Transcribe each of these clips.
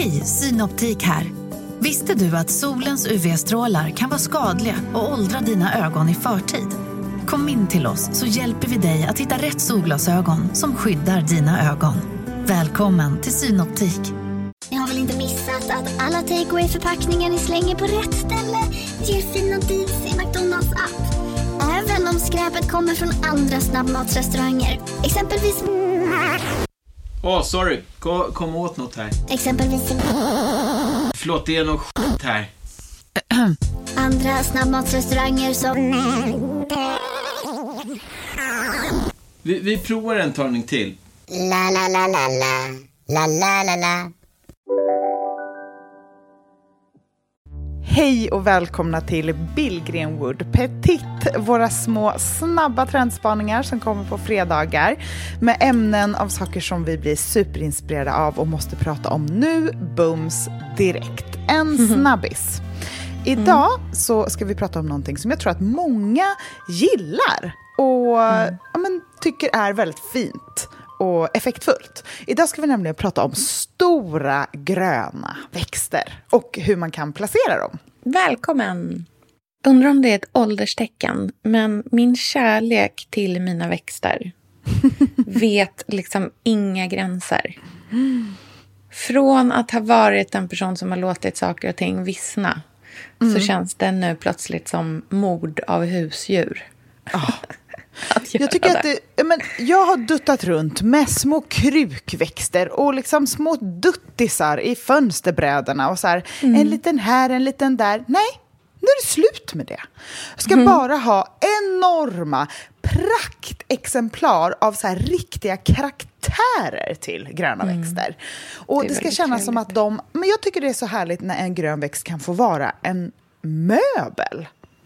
Hej, Synoptik här. Visste du att solens UV-strålar kan vara skadliga och åldra dina ögon i förtid? Kom in till oss så hjälper vi dig att hitta rätt solglasögon som skyddar dina ögon. Välkommen till Synoptik. Ni har väl inte missat att alla takeaway förpackningar ni slänger på rätt ställe ger fina deals i McDonalds app. Även om skräpet kommer från andra snabbmatsrestauranger. Exempelvis... sorry. Kom åt något här. Exempelvis... Förlåt, det är något skit här. Andra snabbmatsrestauranger som... Vi provar en talning till. La la la la la. La la la la. Hej och välkomna till Billgren Wood Petit, våra små snabba trendspaningar som kommer på fredagar med ämnen av saker som vi blir superinspirerade av och måste prata om nu, bums, direkt. En snabbis. Idag så ska vi prata om någonting som jag tror att många gillar och tycker är väldigt fint och effektfullt. Idag ska vi nämligen prata om stora gröna växter och hur man kan placera dem. Välkommen! Undrar om det är ett ålderstecken, men min kärlek till mina växter vet liksom inga gränser. Från att ha varit en person som har låtit saker och ting vissna så känns det nu plötsligt som mord av husdjur. Jag tycker att jag har duttat runt med små krukväxter och liksom små duttisar i fönsterbrädorna och så här, en liten här, en liten där. Nej, nu är det slut med det. Jag ska bara ha enorma praktexemplar av så här riktiga karaktärer till gröna växter. Och det ska kännas som att men jag tycker det är så härligt när en grön växt kan få vara en möbel.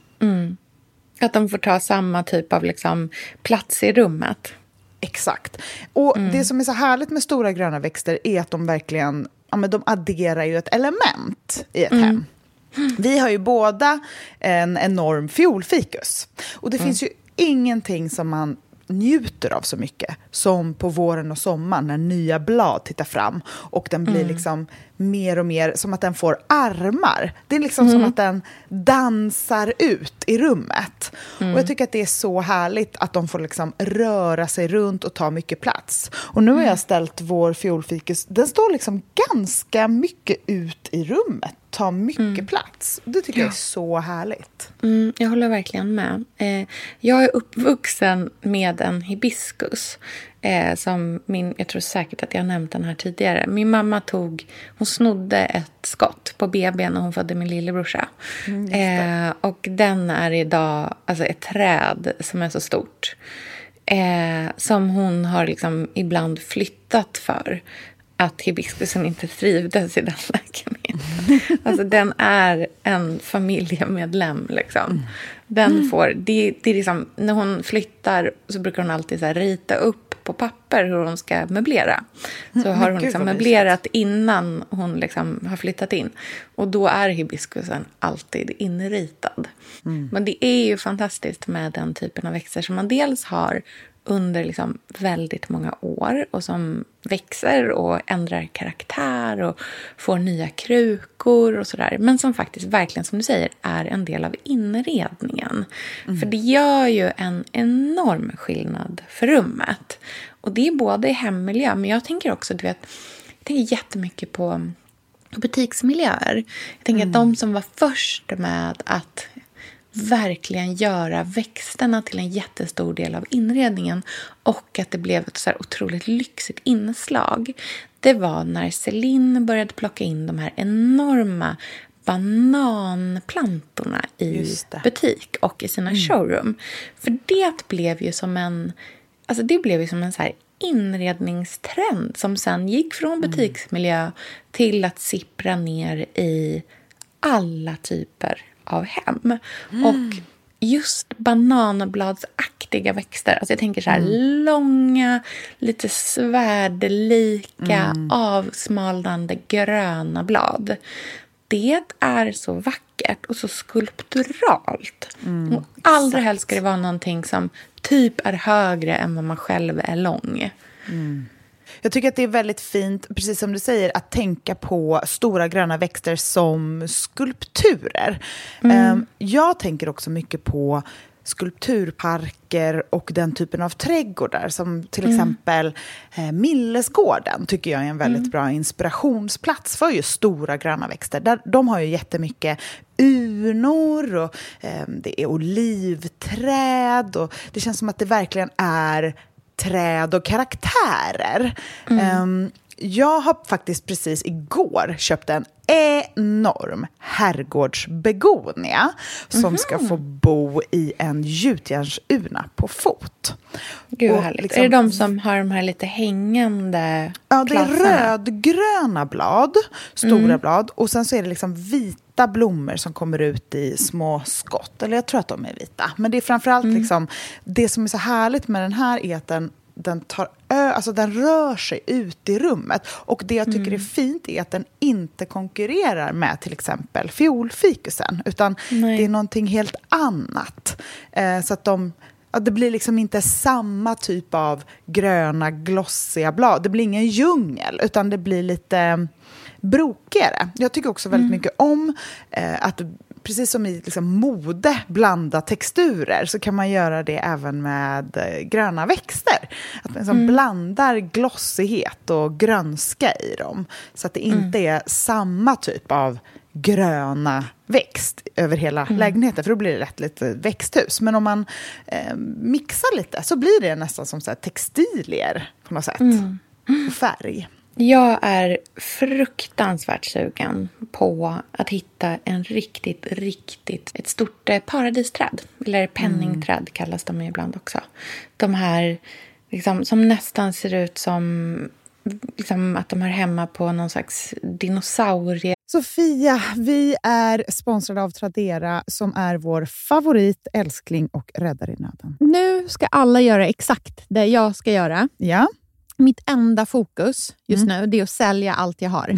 Att de får ta samma typ av liksom plats i rummet. Exakt. Och det som är så härligt med stora gröna växter är att de verkligen, de adderar ju ett element i ett hem. Vi har ju båda en enorm fiolfikus. Och det finns ju ingenting som man njuter av så mycket som på våren och sommaren när nya blad tittar fram och den blir liksom mer och mer som att den får armar. Det är liksom som att den dansar ut i rummet. Och jag tycker att det är så härligt att de får liksom röra sig runt och ta mycket plats. Och nu har jag ställt vår fiolfikus, den står liksom ganska mycket ut i rummet. Ta mycket plats. Det tycker jag är så härligt. Jag håller verkligen med. Jag är uppvuxen med en hibiskus. Som jag tror säkert att jag har nämnt den här tidigare. Min mamma hon snodde ett skott på BB när hon födde min lillebrorsa. Och den är idag alltså ett träd som är så stort. Som hon har liksom ibland flyttat för att hibiskusen inte trivdes i den lägenheten. Alltså den är en familjemedlem liksom. Den får, det är liksom, när hon flyttar så brukar hon alltid så här rita upp på papper hur hon ska möblera. Så har hon liksom möblerat innan hon liksom har flyttat in. Och då är hibiskusen alltid inritad. Men det är ju fantastiskt med den typen av växter som man dels har under liksom väldigt många år och som växer och ändrar karaktär och får nya krukor och sådär. Men som faktiskt verkligen, som du säger, är en del av inredningen. För det gör ju en enorm skillnad för rummet. Och det är både i hemmiljö, men jag tänker också, jag tänker jättemycket på butiksmiljöer. Jag tänker att de som var först med att verkligen göra växterna till en jättestor del av inredningen och att det blev ett så här otroligt lyxigt inslag. Det var när Celine började plocka in de här enorma bananplantorna i butik och i sina showroom. För det blev ju som en så här inredningstrend som sen gick från butiksmiljö till att sippra ner i alla typer av hem. Och just bananbladsaktiga växter. Alltså jag tänker så här långa, lite svärdlika, avsmalnande gröna blad. Det är så vackert och så skulpturalt. Och allra helst ska det vara någonting som typ är högre än vad man själv är lång. Jag tycker att det är väldigt fint, precis som du säger, att tänka på stora gröna växter som skulpturer. Jag tänker också mycket på skulpturparker och den typen av trädgårdar som till exempel Millesgården tycker jag är en väldigt bra inspirationsplats för just stora gröna växter. Där, de har ju jättemycket urnor och det är olivträd och det känns som att det verkligen är träd och karaktärer. Jag har faktiskt precis igår köpt en enorm herrgårdsbegonia som ska få bo i en gjutjärnsurna på fot. Gud vad härligt. Liksom, är det de som har de här lite hängande klasserna? Det är rödgröna blad, stora blad. Och sen så är det liksom vita blommor som kommer ut i små skott. Eller jag tror att de är vita. Men det är framförallt liksom, det som är så härligt med den här är att den rör sig ut i rummet. Och det jag tycker är fint är att den inte konkurrerar med till exempel fiolfikusen. Utan det är någonting helt annat. Så att det blir liksom inte samma typ av gröna, glossiga blad. Det blir ingen djungel, utan det blir lite brokigare. Jag tycker också väldigt mycket om att precis som i liksom mode blanda texturer så kan man göra det även med gröna växter. Att man liksom blandar glossighet och grönska i dem. Så att det inte är samma typ av gröna växt över hela lägenheten. För då blir det rätt lite växthus. Men om man mixar lite så blir det nästan som så här textilier på något sätt. Och färg. Jag är fruktansvärt sugen på att hitta en ett stort paradisträd. Eller penningträd kallas de ibland också. De här liksom, som nästan ser ut som liksom, att de hör hemma på någon slags dinosaurie. Sofia, vi är sponsrade av Tradera som är vår favorit, älskling och räddare i nöden. Nu ska alla göra exakt det jag ska göra. Ja. Mitt enda fokus just nu det är att sälja allt jag har.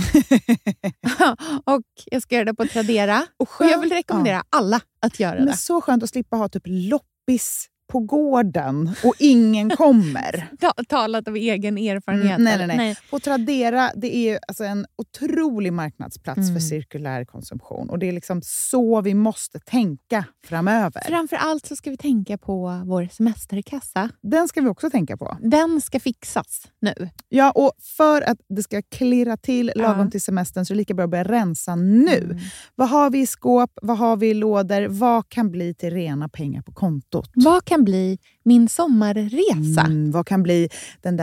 Och jag ska göra det på Tradera. Och jag vill rekommendera alla att göra det. Men så skönt att slippa ha typ loppis på gården och ingen kommer. Talat av egen erfarenhet. Nej. På Tradera, det är alltså en otrolig marknadsplats för cirkulär konsumtion. Och det är liksom så vi måste tänka framöver. Framförallt så ska vi tänka på vår semesterkassa. Den ska vi också tänka på. Den ska fixas nu. Ja, och för att det ska klirra till lagom till semestern så är det lika bra att börja rensa nu. Vad har vi i skåp? Vad har vi i lådor? Vad kan bli till rena pengar på kontot? Vad kan bli min sommarresa? Vad kan bli den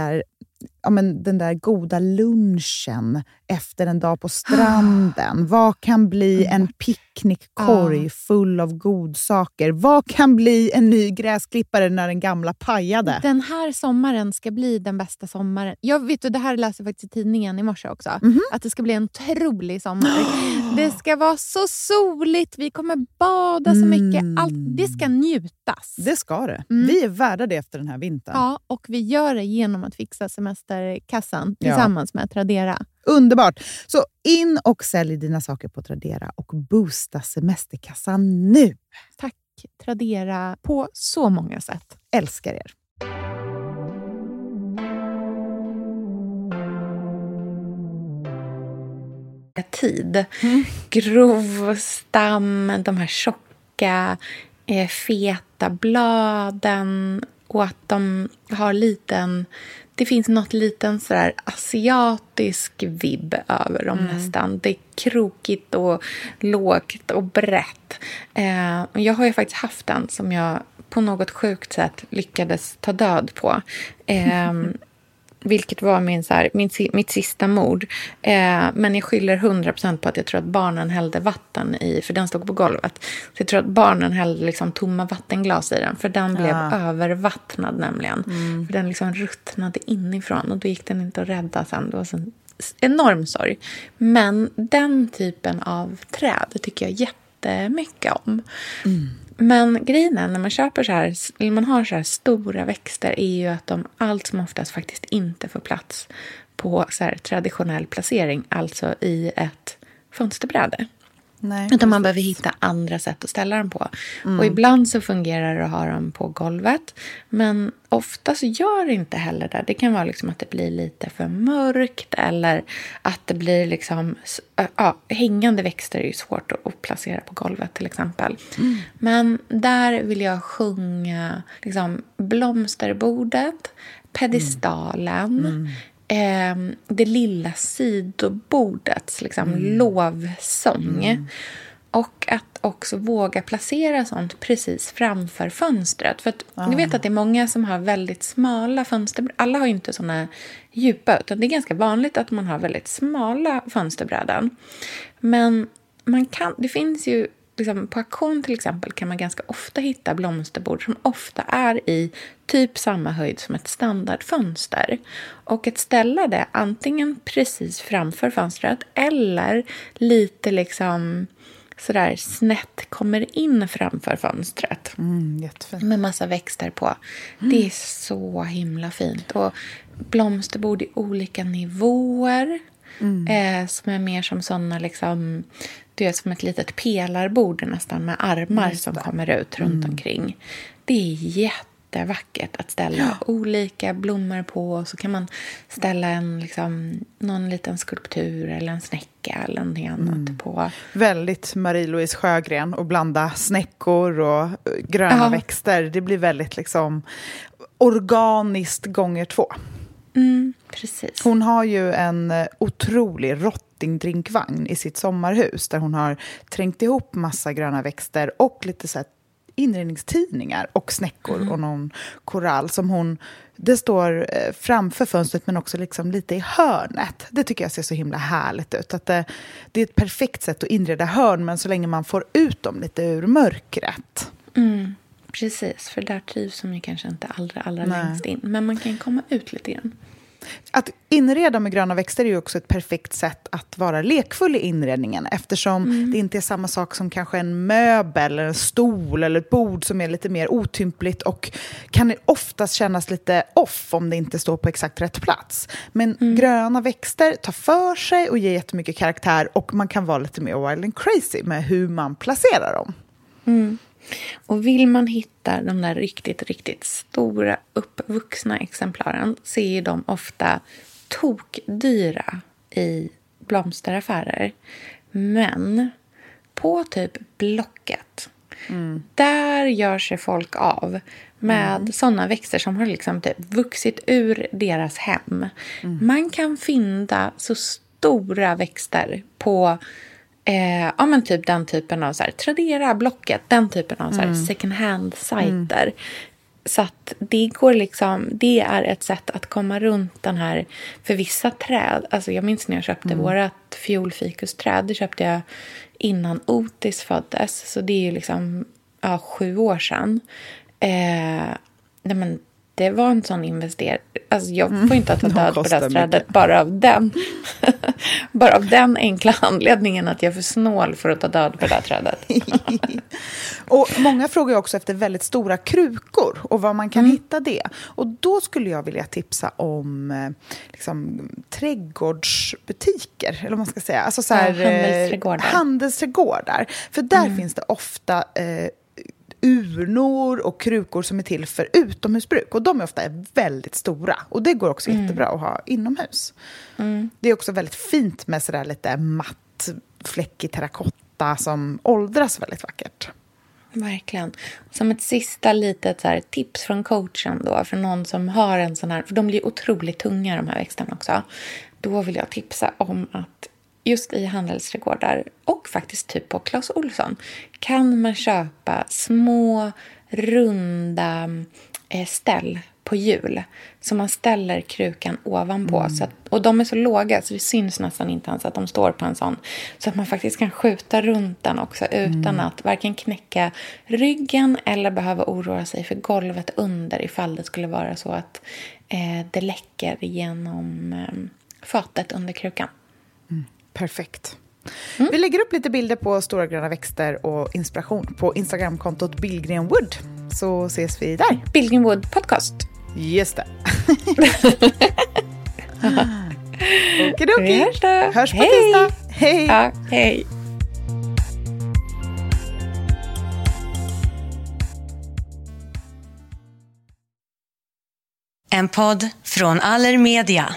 där goda lunchen efter en dag på stranden? Vad kan bli en picknickkorg full av godsaker? Vad kan bli en ny gräsklippare när den gamla pajade? Den här sommaren ska bli den bästa sommaren. Jag vet, det här läser jag faktiskt i tidningen i morse också. Att det ska bli en otrolig sommar. Det ska vara så soligt. Vi kommer bada så mycket. Allt, det ska njutas. Det ska det. Vi är värda det efter den här vintern. Ja, och vi gör det genom att fixa semesterkassan tillsammans med Tradera. Underbart! Så in och sälj dina saker på Tradera och boosta semesterkassan nu. Tack Tradera på så många sätt. Älskar er. Tid. Grov stam, de här tjocka, feta bladen och att de har det finns något liten sådär asiatisk vibb över dem nästan. Det är krokigt och lågt och brett. Jag har ju faktiskt haft en som jag på något sjukt sätt lyckades ta död på. Vilket var mitt sista mord. Men jag skyller 100% på att jag tror att barnen hällde vatten i. För den stod på golvet. Så jag tror att barnen hällde liksom tomma vattenglas i den. För den blev övervattnad nämligen. För den liksom ruttnade inifrån. Och då gick den inte att rädda sen. Det var en enorm sorg. Men den typen av träd tycker jag jättemycket om. Men grejen är, när man köper eller man har så här stora växter, är ju att de allt som oftast faktiskt inte får plats på så här traditionell placering, alltså i ett fönsterbräde. Nej, utan man behöver hitta andra sätt att ställa dem på. Och ibland så fungerar det att ha dem på golvet. Men ofta så gör det inte heller det. Det kan vara liksom att det blir lite för mörkt. Eller att det blir liksom... hängande växter är ju svårt att placera på golvet till exempel. Men där vill jag sjunga liksom blomsterbordet, pedestalen... det lilla sidobordet liksom lovsång och att också våga placera sånt precis framför fönstret, för att ni vet att det är många som har väldigt smala fönster, alla har ju inte såna djupa, utan det är ganska vanligt att man har väldigt smala fönsterbräden, men det finns ju liksom, på auktion till exempel kan man ganska ofta hitta blomsterbord som ofta är i typ samma höjd som ett standardfönster. Och att ställa det antingen precis framför fönstret eller lite liksom sådär snett kommer in framför fönstret. Jättefint. Med massa växter på. Det är så himla fint. Och blomsterbord i olika nivåer. Som är mer som sådana liksom, det är som ett litet pelarbord nästan med armar som kommer ut runt omkring. Det är jättevackert att ställa olika blommor på, och så kan man ställa en liksom, någon liten skulptur eller en snäcka eller någonting annat på. Väldigt Marie-Louise Sjögren, och blanda snäckor och gröna växter. Det blir väldigt liksom organiskt gånger 2. Precis. Hon har ju en otrolig rottingdrinkvagn i sitt sommarhus där hon har trängt ihop massa gröna växter och lite så här inredningstidningar och snäckor och någon korall som det står framför fönstret men också liksom lite i hörnet. Det tycker jag ser så himla härligt ut. Att det är ett perfekt sätt att inreda hörn, men så länge man får ut dem lite ur mörkret. Precis, för där trivs de ju kanske inte allra längst in. Men man kan komma ut lite grann. Att inreda med gröna växter är ju också ett perfekt sätt att vara lekfull i inredningen. Eftersom det inte är samma sak som kanske en möbel eller en stol eller ett bord som är lite mer otympligt och kan oftast kännas lite off om det inte står på exakt rätt plats. Men gröna växter tar för sig och ger jättemycket karaktär, och man kan vara lite mer wild and crazy med hur man placerar dem. Och vill man hitta de där riktigt, riktigt stora uppvuxna exemplaren så är de ofta tokdyra i blomsteraffärer. Men på typ Blocket, där gör sig folk av med sådana växter som har liksom typ vuxit ur deras hem. Man kan finna så stora växter på men typ den typen av så här, Tradera, Blocket, den typen av så här, second hand-sajter. Så att det går liksom, det är ett sätt att komma runt den här, för vissa träd, alltså jag minns när jag köpte vårat fiolfikusträd, det köpte jag innan Otis föddes, så det är ju liksom 7 år sedan. Nej, men det var en sån investering. Alltså jag får inte ta död på det här trädet bara av den enkla anledningen att jag är för snål för att ta död på det här trädet. Och många frågar också efter väldigt stora krukor och var man kan hitta det. Och då skulle jag vilja tipsa om liksom, trädgårdsbutiker, eller vad man ska säga. Alltså så här, handelsträdgårdar. För där finns det ofta urnor och krukor som är till för utomhusbruk. Och de är ofta väldigt stora. Och det går också jättebra att ha inomhus. Det är också väldigt fint med sådär lite matt, fläckig terrakotta som åldras väldigt vackert. Verkligen. Som ett sista litet så här, tips från coachen då, för någon som har en sån här, för de blir otroligt tunga de här växterna också. Då vill jag tipsa om att just i handelsträdgårdar och faktiskt typ på Clas Ohlson kan man köpa små runda ställ på hjul som man ställer krukan ovanpå. Så att, och de är så låga så det syns nästan inte ens att de står på en sån. Så att man faktiskt kan skjuta runt den också utan att varken knäcka ryggen eller behöva oroa sig för golvet under ifall det skulle vara så att det läcker genom fatet under krukan. Perfekt. Vi lägger upp lite bilder på stora gröna växter och inspiration på Instagramkontot Billgren Wood. Så ses vi där. Billgren Wood podcast. Just det. Okidoki. Vi hörs då. Hörs på tisdag. Hej. Ja, hej. En podd från Allermedia.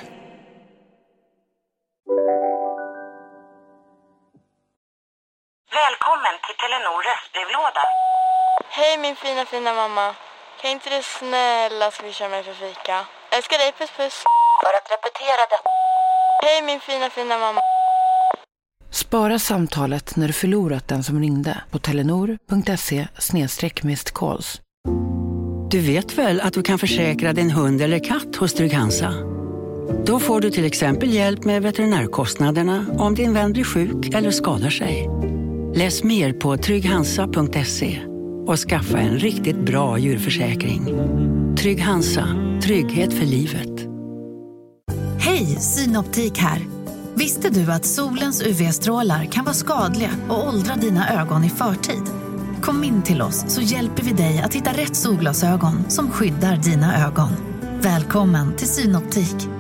Välkommen till Telenor röstbrevlåda. Hej min fina mamma. Kan inte du snälla swisha mig för fika? Älskar dig, puss puss. För att repetera detta. Hej min fina mamma. Spara samtalet när du förlorat den som ringde på telenor.se/missed-calls. Du vet väl att du kan försäkra din hund eller katt hos Trygg-Hansa? Då får du till exempel hjälp med veterinärkostnaderna om din vän blir sjuk eller skadar sig. Läs mer på trygghansa.se och skaffa en riktigt bra djurförsäkring. Trygg-Hansa, trygghet för livet. Hej, Synoptik här. Visste du att solens UV-strålar kan vara skadliga och åldra dina ögon i förtid? Kom in till oss så hjälper vi dig att hitta rätt solglasögon som skyddar dina ögon. Välkommen till Synoptik.